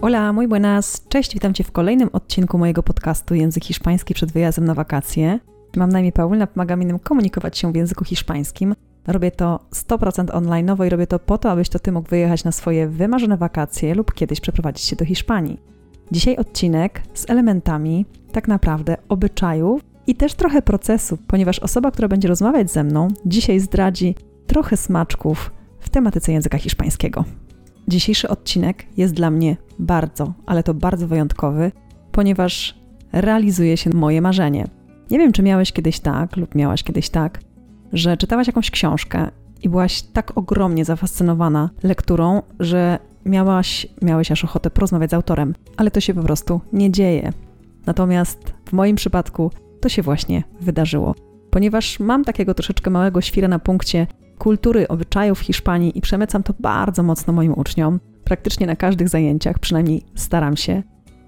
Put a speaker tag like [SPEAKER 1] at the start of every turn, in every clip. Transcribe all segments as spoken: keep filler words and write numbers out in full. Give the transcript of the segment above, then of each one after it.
[SPEAKER 1] Hola, muy buenas. Cześć, witam Cię w kolejnym odcinku mojego podcastu Język Hiszpański przed wyjazdem na wakacje. Mam na imię Paulina, pomagam innym komunikować się w języku hiszpańskim. Robię to sto procent online'owo i robię to po to, abyś to Ty mógł wyjechać na swoje wymarzone wakacje lub kiedyś przeprowadzić się do Hiszpanii. Dzisiaj odcinek z elementami tak naprawdę obyczajów i też trochę procesu, ponieważ osoba, która będzie rozmawiać ze mną, dzisiaj zdradzi trochę smaczków w tematyce języka hiszpańskiego. Dzisiejszy odcinek jest dla mnie bardzo, ale to bardzo wyjątkowy, ponieważ realizuje się moje marzenie. Nie wiem, czy miałeś kiedyś tak lub miałaś kiedyś tak, że czytałaś jakąś książkę i byłaś tak ogromnie zafascynowana lekturą, że miałaś, miałeś aż ochotę porozmawiać z autorem, ale to się po prostu nie dzieje. Natomiast w moim przypadku to się właśnie wydarzyło, ponieważ mam takiego troszeczkę małego świra na punkcie kultury, obyczajów w Hiszpanii i przemycam to bardzo mocno moim uczniom, praktycznie na każdych zajęciach, przynajmniej staram się.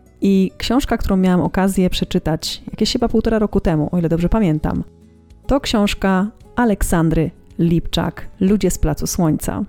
[SPEAKER 1] I książka, którą miałam okazję przeczytać jakieś chyba półtora roku temu, o ile dobrze pamiętam, to książka Aleksandry Lipczak, Ludzie z Placu Słońca.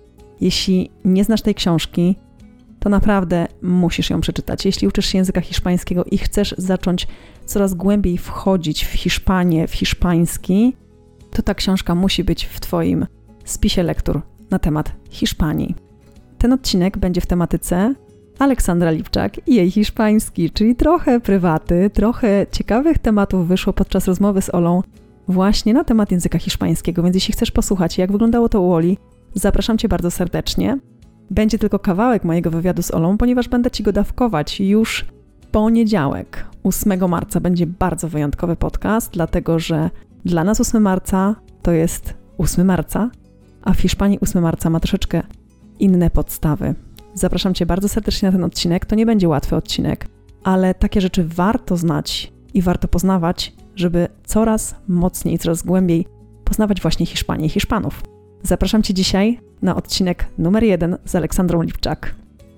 [SPEAKER 1] Jeśli nie znasz tej książki, to naprawdę musisz ją przeczytać. Jeśli uczysz się języka hiszpańskiego i chcesz zacząć coraz głębiej wchodzić w Hiszpanię, w hiszpański, to ta książka musi być w Twoim spisie lektur na temat Hiszpanii. Ten odcinek będzie w tematyce Aleksandra Lipczak i jej hiszpański, czyli trochę prywaty, trochę ciekawych tematów wyszło podczas rozmowy z Olą właśnie na temat języka hiszpańskiego, więc jeśli chcesz posłuchać, jak wyglądało to u Oli, zapraszam Cię bardzo serdecznie. Będzie tylko kawałek mojego wywiadu z Olą, ponieważ będę Ci go dawkować już w poniedziałek, ósmego marca. Będzie bardzo wyjątkowy podcast, dlatego że dla nas ósmego marca to jest ósmego marca, a w Hiszpanii ósmego marca ma troszeczkę inne podstawy. Zapraszam Cię bardzo serdecznie na ten odcinek. To nie będzie łatwy odcinek, ale takie rzeczy warto znać i warto poznawać, żeby coraz mocniej, coraz głębiej poznawać właśnie Hiszpanię i Hiszpanów. Zapraszam Cię dzisiaj na odcinek numer jeden z Aleksandrą Lipczak.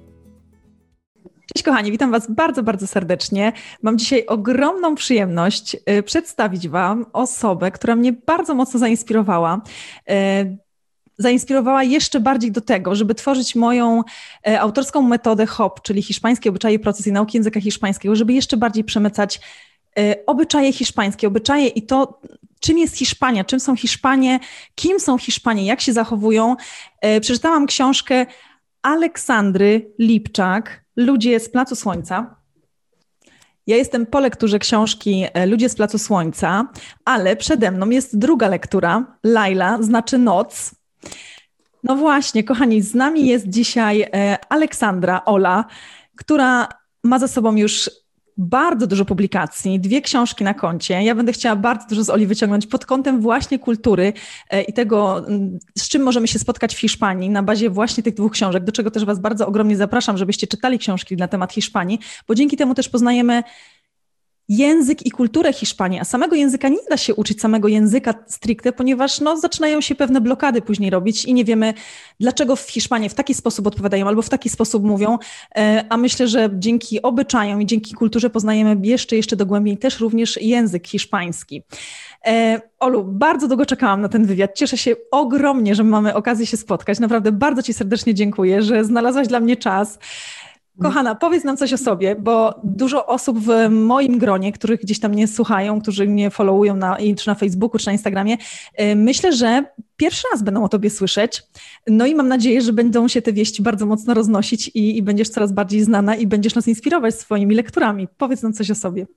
[SPEAKER 1] Cześć kochani, witam Was bardzo, bardzo serdecznie. Mam dzisiaj ogromną przyjemność y, przedstawić Wam osobę, która mnie bardzo mocno zainspirowała. Y, zainspirowała jeszcze bardziej do tego, żeby tworzyć moją y, autorską metodę H O P, czyli Hiszpańskie Obyczaje, Proces i Nauki Języka Hiszpańskiego, żeby jeszcze bardziej przemycać y, obyczaje hiszpańskie, obyczaje i to, czym jest Hiszpania, czym są Hiszpanie, kim są Hiszpanie, jak się zachowują. Y, przeczytałam książkę Aleksandry Lipczak, Ludzie z Placu Słońca. Ja jestem po lekturze książki Ludzie z Placu Słońca, ale przede mną jest druga lektura, Laila, znaczy noc. No właśnie, kochani, z nami jest dzisiaj Aleksandra, Ola, która ma za sobą już bardzo dużo publikacji, dwie książki na koncie. Ja będę chciała bardzo dużo z Oli wyciągnąć pod kątem właśnie kultury i tego, z czym możemy się spotkać w Hiszpanii na bazie właśnie tych dwóch książek, do czego też Was bardzo ogromnie zapraszam, żebyście czytali książki na temat Hiszpanii, bo dzięki temu też poznajemy język i kulturę Hiszpanii, a samego języka nie da się uczyć, samego języka stricte, ponieważ no, zaczynają się pewne blokady później robić i nie wiemy, dlaczego w Hiszpanii w taki sposób odpowiadają albo w taki sposób mówią, a myślę, że dzięki obyczajom i dzięki kulturze poznajemy jeszcze, jeszcze dogłębniej też również język hiszpański. Olu, bardzo długo czekałam na ten wywiad. Cieszę się ogromnie, że mamy okazję się spotkać. Naprawdę bardzo Ci serdecznie dziękuję, że znalazłaś dla mnie czas. Kochana, powiedz nam coś o sobie, bo dużo osób w moim gronie, których gdzieś tam mnie słuchają, którzy mnie followują na, czy na Facebooku, czy na Instagramie, myślę, że pierwszy raz będą o Tobie słyszeć. No i mam nadzieję, że będą się te wieści bardzo mocno roznosić i, i będziesz coraz bardziej znana i będziesz nas inspirować swoimi lekturami. Powiedz nam coś o sobie.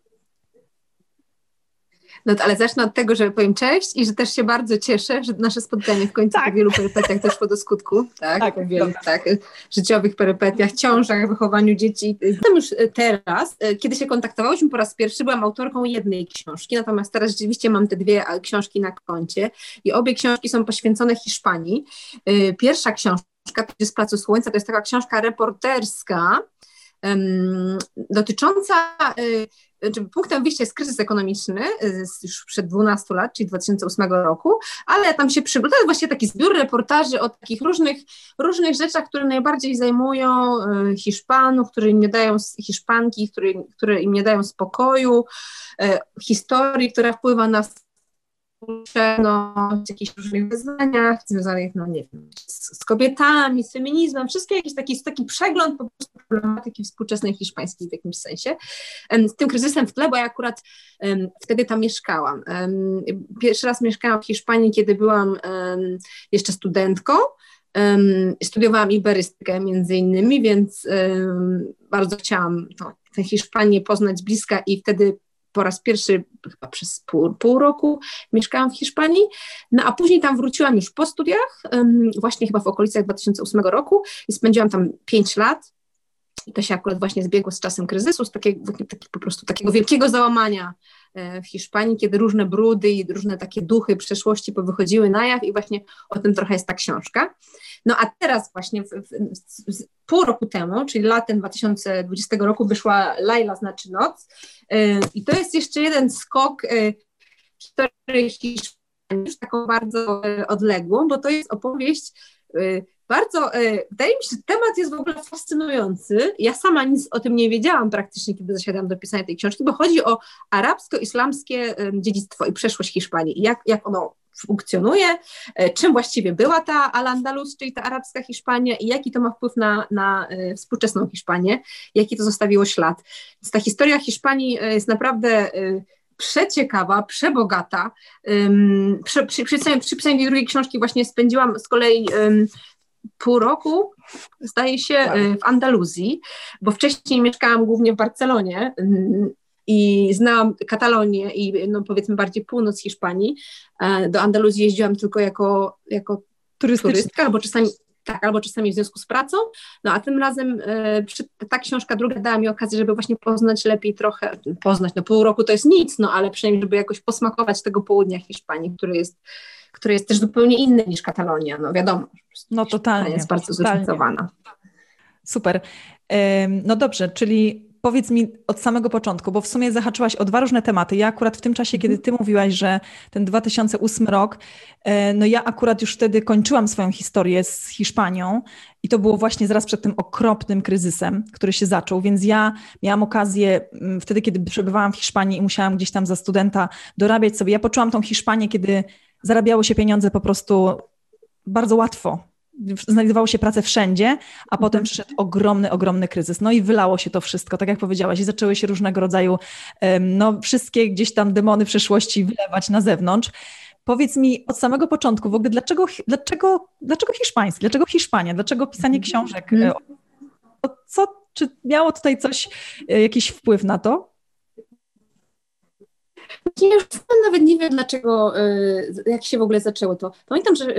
[SPEAKER 2] No to, ale zacznę od tego, że powiem cześć i że też się bardzo cieszę, że nasze spotkanie w końcu
[SPEAKER 1] tak.
[SPEAKER 2] po wielu perypetiach doszło do skutku, tak,
[SPEAKER 1] tak
[SPEAKER 2] po wielu tak, życiowych perypetiach, ciążach, wychowaniu dzieci. Tam już teraz, kiedy się kontaktowałyśmy po raz pierwszy, byłam autorką jednej książki, natomiast teraz rzeczywiście mam te dwie książki na koncie i obie książki są poświęcone Hiszpanii. Pierwsza książka, z Placu Słońca, to jest taka książka reporterska, um, dotycząca... Punktem wyjścia jest kryzys ekonomiczny już przed dwunastu lat, czyli dwa tysiące ósmego roku, ale tam się przygląda, to jest właśnie taki zbiór reportaży o takich różnych, różnych rzeczach, które najbardziej zajmują Hiszpanów, które im nie dają, Hiszpanki, które, które im nie dają spokoju, historii, która wpływa na no, w jakichś różnych wyznaniach związanych, no nie wiem, z, z kobietami, z feminizmem, wszystkie jakiś taki, taki przegląd po prostu problematyki współczesnej hiszpańskiej w jakimś sensie. Z tym kryzysem w tle, bo ja akurat um, wtedy tam mieszkałam. Um, pierwszy raz mieszkałam w Hiszpanii, kiedy byłam um, jeszcze studentką. Um, studiowałam iberystykę między innymi, więc um, bardzo chciałam no, tę Hiszpanię poznać z bliska i wtedy po raz pierwszy chyba przez pół, pół roku mieszkałam w Hiszpanii, no a później tam wróciłam już po studiach, um, właśnie chyba w okolicach dwa tysiące ósmego roku i spędziłam tam pięć lat. I to się akurat właśnie zbiegło z czasem kryzysu, z takiego, taki, po prostu takiego wielkiego załamania w Hiszpanii, kiedy różne brudy i różne takie duchy przeszłości powychodziły na jaw i właśnie o tym trochę jest ta książka. No a teraz właśnie w, w, w, pół roku temu, czyli latem dwa tysiące dwudziestego roku wyszła Laila znaczy noc yy, i to jest jeszcze jeden skok yy, historii Hiszpanii, już taką bardzo yy, odległą, bo to jest opowieść yy, bardzo, yy, wydaje mi się, że temat jest w ogóle fascynujący. Ja sama nic o tym nie wiedziałam praktycznie, kiedy zasiadłam do pisania tej książki, bo chodzi o arabsko-islamskie yy, dziedzictwo i przeszłość Hiszpanii i jak, jak ono funkcjonuje, czym właściwie była ta Al-Andalus, czyli ta arabska Hiszpania i jaki to ma wpływ na, na y, współczesną Hiszpanię, jaki to zostawiło ślad. Więc ta historia Hiszpanii jest naprawdę y, przeciekawa, przebogata. Ym, przy, przy, przy, przy pisaniu tej drugiej książki właśnie spędziłam z kolei ym, pół roku, zdaje się, y, w Andaluzji, bo wcześniej mieszkałam głównie w Barcelonie, y, i znałam Katalonię i no powiedzmy bardziej północ Hiszpanii. Do Andaluzji jeździłam tylko jako, jako turystka, albo czasami, tak, albo czasami w związku z pracą. No a tym razem e, przy, ta książka druga dała mi okazję, żeby właśnie poznać lepiej trochę, poznać, no pół roku to jest nic, no ale przynajmniej żeby jakoś posmakować tego południa Hiszpanii, które jest, które jest też zupełnie inne niż Katalonia, no wiadomo.
[SPEAKER 1] No totalnie.
[SPEAKER 2] Jest bardzo zróżnicowana.
[SPEAKER 1] Super. No dobrze, czyli powiedz mi od samego początku, bo w sumie zahaczyłaś o dwa różne tematy. Ja akurat w tym czasie, kiedy ty mówiłaś, że ten dwa tysiące ósmy rok, no ja akurat już wtedy kończyłam swoją historię z Hiszpanią i to było właśnie zaraz przed tym okropnym kryzysem, który się zaczął, więc ja miałam okazję wtedy, kiedy przebywałam w Hiszpanii i musiałam gdzieś tam za studenta dorabiać sobie. Ja poczułam tą Hiszpanię, kiedy zarabiało się pieniądze po prostu bardzo łatwo. Znajdowało się pracę wszędzie, a potem przyszedł ogromny, ogromny kryzys. No i wylało się to wszystko, tak jak powiedziałaś, i zaczęły się różnego rodzaju, no wszystkie gdzieś tam demony przeszłości wylewać na zewnątrz. Powiedz mi od samego początku w ogóle, dlaczego, dlaczego, dlaczego hiszpański, dlaczego Hiszpania, dlaczego pisanie książek? Co, czy miało tutaj coś, jakiś wpływ na to?
[SPEAKER 2] Ja już nawet nie wiem dlaczego, jak się w ogóle zaczęło to. Pamiętam, że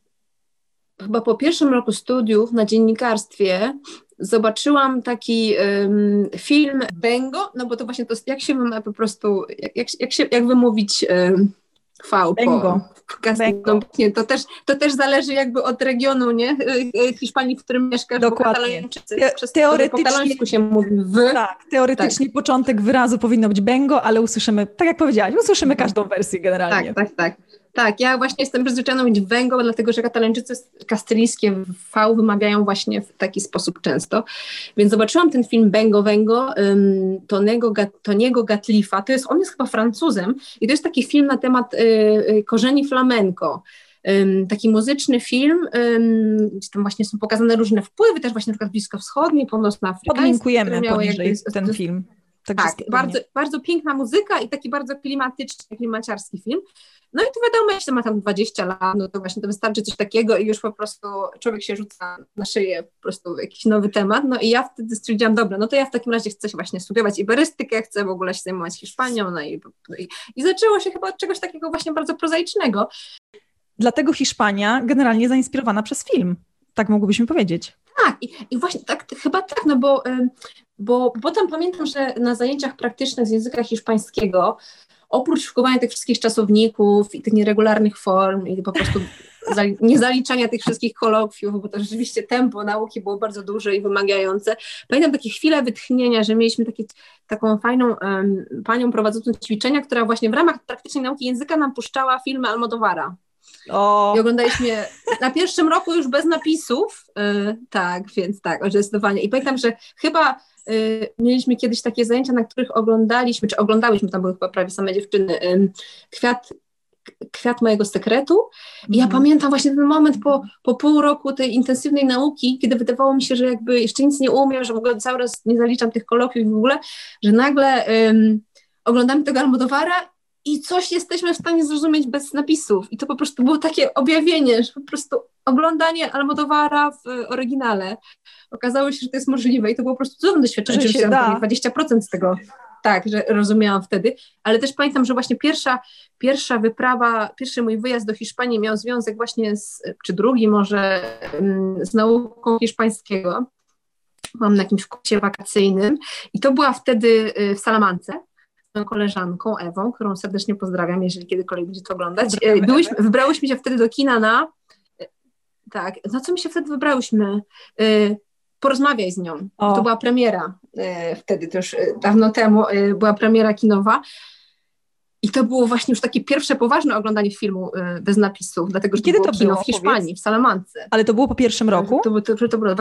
[SPEAKER 2] chyba po pierwszym roku studiów na dziennikarstwie zobaczyłam taki um, film Bengo, no bo to właśnie to jest, jak się po prostu, jak, jak, jak, się, jak wymówić um, V
[SPEAKER 1] Bengo.
[SPEAKER 2] Po, Bengo. No, nie, to, też, to też zależy jakby od regionu, nie? Hiszpanii, w którym mieszkasz.
[SPEAKER 1] Dokładnie.
[SPEAKER 2] Te, przez teoretycznie, po katalońsku się mówi w.
[SPEAKER 1] Tak, teoretycznie tak. Początek wyrazu powinno być Bengo, ale usłyszymy, tak jak powiedziałaś, usłyszymy każdą wersję generalnie.
[SPEAKER 2] Tak, tak, tak. Tak, ja właśnie jestem przyzwyczajona mówić węgo, dlatego że katalończycy kastylijskie V wymawiają właśnie w taki sposób często. Więc zobaczyłam ten film Bengo Vengo um, Tony'ego, Tony'ego Gatlifa. To jest, on jest chyba Francuzem i to jest taki film na temat y, y, korzeni flamenco. Um, taki muzyczny film, um, gdzie tam właśnie są pokazane różne wpływy, też właśnie na przykład bliskowschodnie, północnoafrykańskie.
[SPEAKER 1] Podlinkujemy poniżej jakby, ten film.
[SPEAKER 2] Tak, tak bardzo, bardzo piękna muzyka i taki bardzo klimatyczny, klimaciarski film. No i to wiadomo, jeśli ma tam dwadzieścia lat, no to właśnie to wystarczy coś takiego i już po prostu człowiek się rzuca na szyję po prostu jakiś nowy temat. No i ja wtedy stwierdziłam, dobra, no to ja w takim razie chcę właśnie studiować iberystykę, chcę w ogóle się zajmować Hiszpanią, no i, i, i zaczęło się chyba od czegoś takiego właśnie bardzo prozaicznego.
[SPEAKER 1] Dlatego Hiszpania generalnie zainspirowana przez film, tak mogłybyśmy powiedzieć.
[SPEAKER 2] Tak, i, i właśnie tak, chyba tak, no bo, bo potem pamiętam, że na zajęciach praktycznych z języka hiszpańskiego oprócz szkowania tych wszystkich czasowników i tych nieregularnych form i po prostu zali- niezaliczania tych wszystkich kolokwiów, bo to rzeczywiście tempo nauki było bardzo duże i wymagające. Pamiętam takie chwile wytchnienia, że mieliśmy takie, taką fajną um, panią prowadzącą ćwiczenia, która właśnie w ramach praktycznej nauki języka nam puszczała filmy Almodóvara.
[SPEAKER 1] O.
[SPEAKER 2] I oglądaliśmy na pierwszym roku już bez napisów, yy, tak, więc tak, zdecydowanie. I pamiętam, że chyba yy, mieliśmy kiedyś takie zajęcia, na których oglądaliśmy, czy oglądałyśmy, tam były chyba prawie same dziewczyny, yy, Kwiat Kwiat mojego sekretu. I ja
[SPEAKER 1] Mhm.
[SPEAKER 2] pamiętam właśnie ten moment po, po pół roku tej intensywnej nauki, kiedy wydawało mi się, że jakby jeszcze nic nie umiem, że w ogóle cały raz nie zaliczam tych kolokwiów w ogóle, że nagle um, oglądamy tego Almodóvara i coś jesteśmy w stanie zrozumieć bez napisów. I to po prostu było takie objawienie, że po prostu oglądanie Almodóvara w oryginale okazało się, że to jest możliwe i to było po prostu cudowne doświadczenie.
[SPEAKER 1] Że się
[SPEAKER 2] Oczywiście
[SPEAKER 1] da.
[SPEAKER 2] pewnie dwadzieścia procent z tego, tak, że rozumiałam wtedy, ale też pamiętam, że właśnie pierwsza, pierwsza wyprawa, pierwszy mój wyjazd do Hiszpanii miał związek właśnie z, czy drugi może, z nauką hiszpańskiego. Byłam na jakimś kursie wakacyjnym i to była wtedy w Salamance z moją koleżanką Ewą, którą serdecznie pozdrawiam, jeżeli kiedykolwiek będzie to oglądać. Byłyśmy, wybrałyśmy się wtedy do kina na, tak, na co my się wtedy wybrałyśmy? Porozmawiaj z nią. O. To była premiera e, wtedy, to już e, dawno temu e, była premiera kinowa i to było właśnie już takie pierwsze poważne oglądanie filmu e, bez napisów, dlatego że
[SPEAKER 1] Kiedy
[SPEAKER 2] to było
[SPEAKER 1] to
[SPEAKER 2] kino
[SPEAKER 1] było,
[SPEAKER 2] w Hiszpanii,
[SPEAKER 1] powiedz?
[SPEAKER 2] w Salamance.
[SPEAKER 1] Ale to było po pierwszym roku?
[SPEAKER 2] To, to, to, to było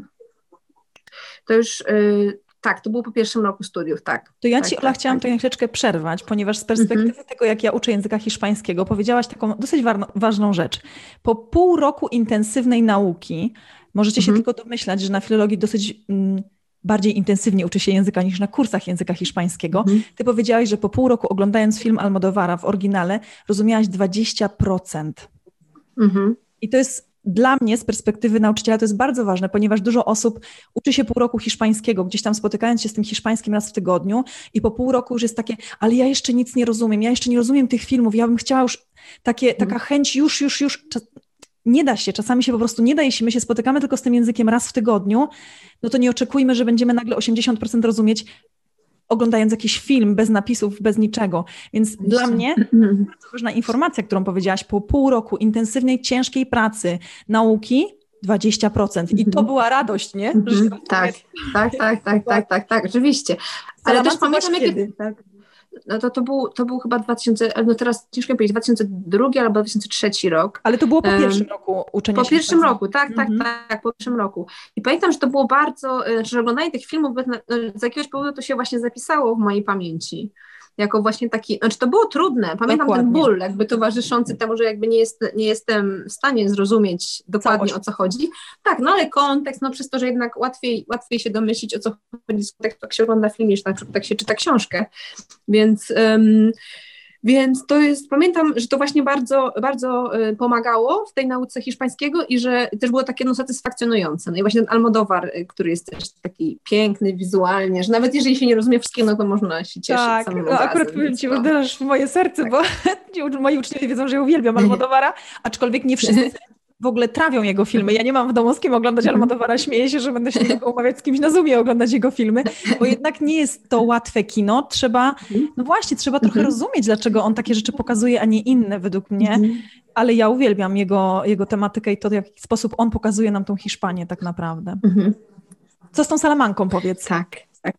[SPEAKER 2] to już, e, tak, to było po pierwszym roku studiów, tak.
[SPEAKER 1] To ja
[SPEAKER 2] tak,
[SPEAKER 1] Ci,
[SPEAKER 2] tak,
[SPEAKER 1] Ola,
[SPEAKER 2] tak,
[SPEAKER 1] chciałam
[SPEAKER 2] tak.
[SPEAKER 1] to chwileczkę przerwać, ponieważ z perspektywy mm-hmm. tego, jak ja uczę języka hiszpańskiego, powiedziałaś taką dosyć warno, ważną rzecz. Po pół roku intensywnej nauki możecie się mm-hmm. tylko domyślać, że na filologii dosyć mm, bardziej intensywnie uczy się języka niż na kursach języka hiszpańskiego. Mm-hmm. Ty powiedziałaś, że po pół roku oglądając film Almodóvara w oryginale rozumiałaś dwadzieścia procent.
[SPEAKER 2] Mm-hmm.
[SPEAKER 1] I to jest dla mnie z perspektywy nauczyciela to jest bardzo ważne, ponieważ dużo osób uczy się pół roku hiszpańskiego, gdzieś tam spotykając się z tym hiszpańskim raz w tygodniu i po pół roku już jest takie, ale ja jeszcze nic nie rozumiem, ja jeszcze nie rozumiem tych filmów, ja bym chciała już, takie, taka chęć już, już, już, nie da się, czasami się po prostu nie da, jeśli my się spotykamy tylko z tym językiem raz w tygodniu, no to nie oczekujmy, że będziemy nagle osiemdziesiąt procent rozumieć, oglądając jakiś film bez napisów, bez niczego. Więc dla mnie bardzo ważna informacja, którą powiedziałaś, po pół roku intensywnej, ciężkiej pracy, nauki, dwadzieścia procent. I to była radość, nie? Że
[SPEAKER 2] tak, tak, tak, tak, tak, tak, tak, oczywiście. Ale też pamiętam, jakie...
[SPEAKER 1] kiedy, tak?
[SPEAKER 2] No to, to, był, to był chyba dwa tysiące, no teraz ciężko powiedzieć, dwa tysiące drugi albo dwa tysiące trzeci rok.
[SPEAKER 1] Ale to było po pierwszym um, roku uczenia
[SPEAKER 2] Po pierwszym
[SPEAKER 1] hiszpańskiego.
[SPEAKER 2] roku, tak, tak, mm-hmm. tak, po pierwszym roku. I pamiętam, że to było bardzo, że oglądanie tych filmów z jakiegoś powodu to się właśnie zapisało w mojej pamięci. Jako właśnie taki, znaczy to było trudne, pamiętam dokładnie. Ten ból jakby towarzyszący temu, że jakby nie, jest, nie jestem w stanie zrozumieć dokładnie Całość. O co chodzi. Tak, no ale kontekst, no przez to, że jednak łatwiej, łatwiej się domyślić o co chodzi z kontekstu, jak się ogląda film, niż na przykład jak się czyta książkę. Więc... Um, Więc to jest, pamiętam, że to właśnie bardzo, bardzo pomagało w tej nauce hiszpańskiego i że też było takie no, satysfakcjonujące. No i właśnie ten Almodóvar, który jest też taki piękny wizualnie, że nawet jeżeli się nie rozumie wszystkiego, no to można się cieszyć
[SPEAKER 1] tak,
[SPEAKER 2] samym
[SPEAKER 1] no
[SPEAKER 2] obrazem.
[SPEAKER 1] akurat powiem Ci, uderzasz w moje serce,
[SPEAKER 2] tak.
[SPEAKER 1] Bo moi uczniowie wiedzą, że ja uwielbiam Almodóvara, aczkolwiek nie wszyscy w ogóle trawią jego filmy. Ja nie mam w domu z kim oglądać Almodóvara, śmieję się, że będę się niego umawiać z kimś na Zoomie oglądać jego filmy, bo jednak nie jest to łatwe kino. Trzeba, no właśnie, trzeba trochę rozumieć, dlaczego on takie rzeczy pokazuje, a nie inne według mnie, ale ja uwielbiam jego, jego tematykę i to, w jaki sposób on pokazuje nam tą Hiszpanię tak naprawdę. Co z tą Salamanką, powiedz?
[SPEAKER 2] Tak, tak.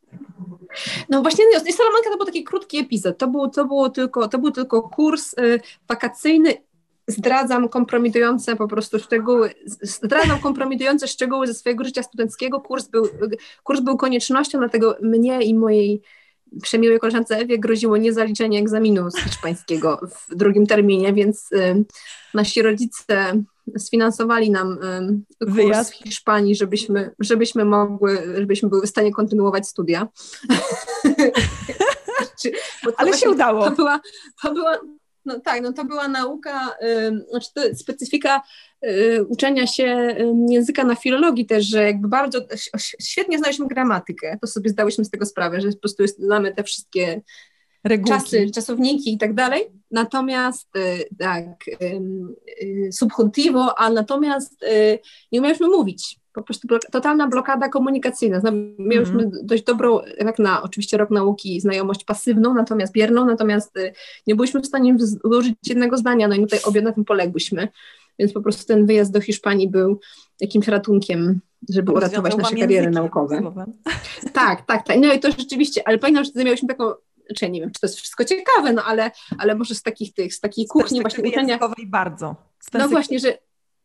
[SPEAKER 2] No właśnie Salamanka to był taki krótki epizod, to był, to było tylko, to był tylko kurs y, wakacyjny. Zdradzam kompromitujące po prostu szczegóły, zdradzam kompromitujące szczegóły ze swojego życia studenckiego. Kurs był, kurs był koniecznością, dlatego mnie i mojej przemiłej koleżance Ewie groziło niezaliczenie egzaminu z hiszpańskiego w drugim terminie, więc y, nasi rodzice sfinansowali nam y, kurs Wyjazd. w Hiszpanii, żebyśmy, żebyśmy mogły, żebyśmy były w stanie kontynuować studia.
[SPEAKER 1] Ale właśnie, się udało.
[SPEAKER 2] To była, to była No tak, no to była nauka, y, znaczy to specyfika y, uczenia się y, języka na filologii też, że jakby bardzo świetnie znaliśmy gramatykę, to sobie zdałyśmy z tego sprawę, że po prostu jest, znamy te wszystkie Regułki. czasy, czasowniki i tak dalej, natomiast y, tak, y, y, subjuntivo, a natomiast y, nie umieliśmy mówić. Po prostu blok- totalna blokada komunikacyjna. Mieliśmy mm. dość dobrą, jak na oczywiście rok nauki, znajomość pasywną, natomiast bierną, natomiast y, nie byliśmy w stanie złożyć jednego zdania, no i tutaj obie na tym poległyśmy. Więc po prostu ten wyjazd do Hiszpanii był jakimś ratunkiem, żeby uratować nasze kariery naukowe. Tak, tak, tak. No i to rzeczywiście, ale pamiętam, że miałyśmy taką, znaczy nie wiem, czy to jest wszystko ciekawe, no ale, ale może z takich tych, z takiej kuchni właśnie uczenia.
[SPEAKER 1] bardzo.
[SPEAKER 2] No właśnie, że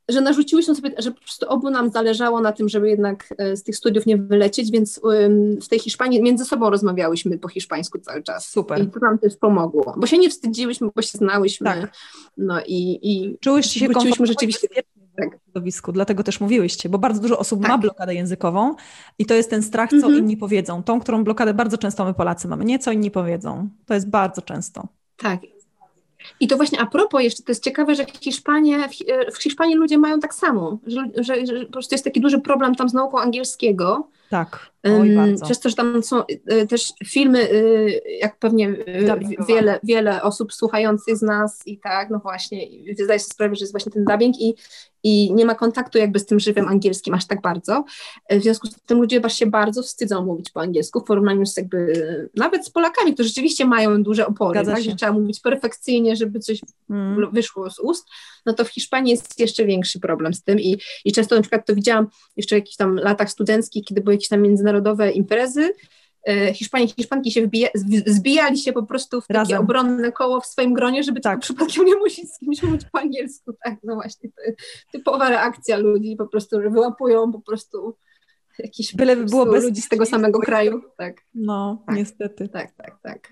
[SPEAKER 2] że narzuciłyśmy sobie, że po prostu obu nam zależało na tym, żeby jednak z tych studiów nie wylecieć, więc w tej Hiszpanii między sobą rozmawiałyśmy po hiszpańsku cały czas.
[SPEAKER 1] Super.
[SPEAKER 2] I to nam też pomogło, bo się nie wstydziłyśmy, bo się znałyśmy.
[SPEAKER 1] Tak.
[SPEAKER 2] No i, i
[SPEAKER 1] czułyście się komfortowo
[SPEAKER 2] rzeczywiście
[SPEAKER 1] tak. w środowisku, dlatego też mówiłyście, bo bardzo dużo osób tak. ma blokadę językową i to jest ten strach, co mhm. inni powiedzą. Tą, którą blokadę bardzo często my Polacy mamy, nie co inni powiedzą. To jest bardzo często.
[SPEAKER 2] Tak. I to właśnie a propos jeszcze, to jest ciekawe, że Hiszpanie, w Hiszpanii ludzie mają tak samo, że, że, że po prostu jest taki duży problem tam z nauką angielskiego.
[SPEAKER 1] Tak, oj bardzo.
[SPEAKER 2] Przez to, że tam są też filmy, jak pewnie wiele, wiele osób słuchających z nas i tak, no właśnie, zdaję sobie sprawę, że jest właśnie ten dubbing i, i nie ma kontaktu jakby z tym żywym angielskim aż tak bardzo. W związku z tym ludzie się bardzo wstydzą mówić po angielsku w porównaniu z jakby, nawet z Polakami, którzy rzeczywiście mają duże opory, tak, że trzeba mówić perfekcyjnie, żeby coś mm. wyszło z ust, no to w Hiszpanii jest jeszcze większy problem z tym i, i często na przykład to widziałam jeszcze w jakichś tam latach studenckich, kiedy były jakieś tam międzynarodowe imprezy, Hiszpanie i Hiszpanki się wbija, zbijali się po prostu w takie Razem. obronne koło w swoim gronie, żeby tak przypadkiem nie musieć z kimś mówić po angielsku. Tak, no właśnie, to jest typowa reakcja ludzi, po prostu, że wyłapują po prostu jakiś
[SPEAKER 1] Byle by było bez
[SPEAKER 2] ludzi z tego samego kraju. Tak.
[SPEAKER 1] No, tak, niestety.
[SPEAKER 2] Tak, tak, tak.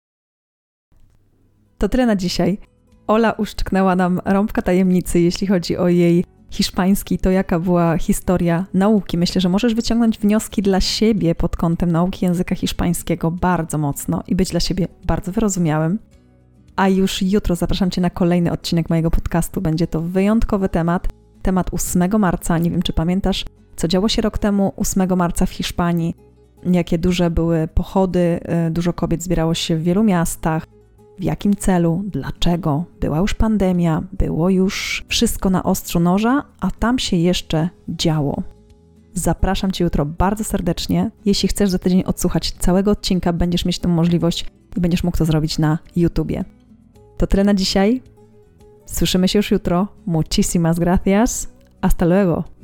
[SPEAKER 1] To tyle na dzisiaj. Ola uszczknęła nam rąbka tajemnicy, jeśli chodzi o jej hiszpański, to jaka była historia nauki. Myślę, że możesz wyciągnąć wnioski dla siebie pod kątem nauki języka hiszpańskiego bardzo mocno i być dla siebie bardzo wyrozumiałym. A już jutro zapraszam Cię na kolejny odcinek mojego podcastu. Będzie to wyjątkowy temat, temat ósmego marca. Nie wiem, czy pamiętasz, co działo się rok temu, ósmego marca w Hiszpanii, jakie duże były pochody, dużo kobiet zbierało się w wielu miastach. W jakim celu, dlaczego, była już pandemia, było już wszystko na ostrzu noża, a tam się jeszcze działo. Zapraszam Cię jutro bardzo serdecznie. Jeśli chcesz za tydzień odsłuchać całego odcinka, będziesz mieć tę możliwość i będziesz mógł to zrobić na YouTubie. To tyle na dzisiaj. Słyszymy się już jutro. Muchísimas gracias. Hasta luego.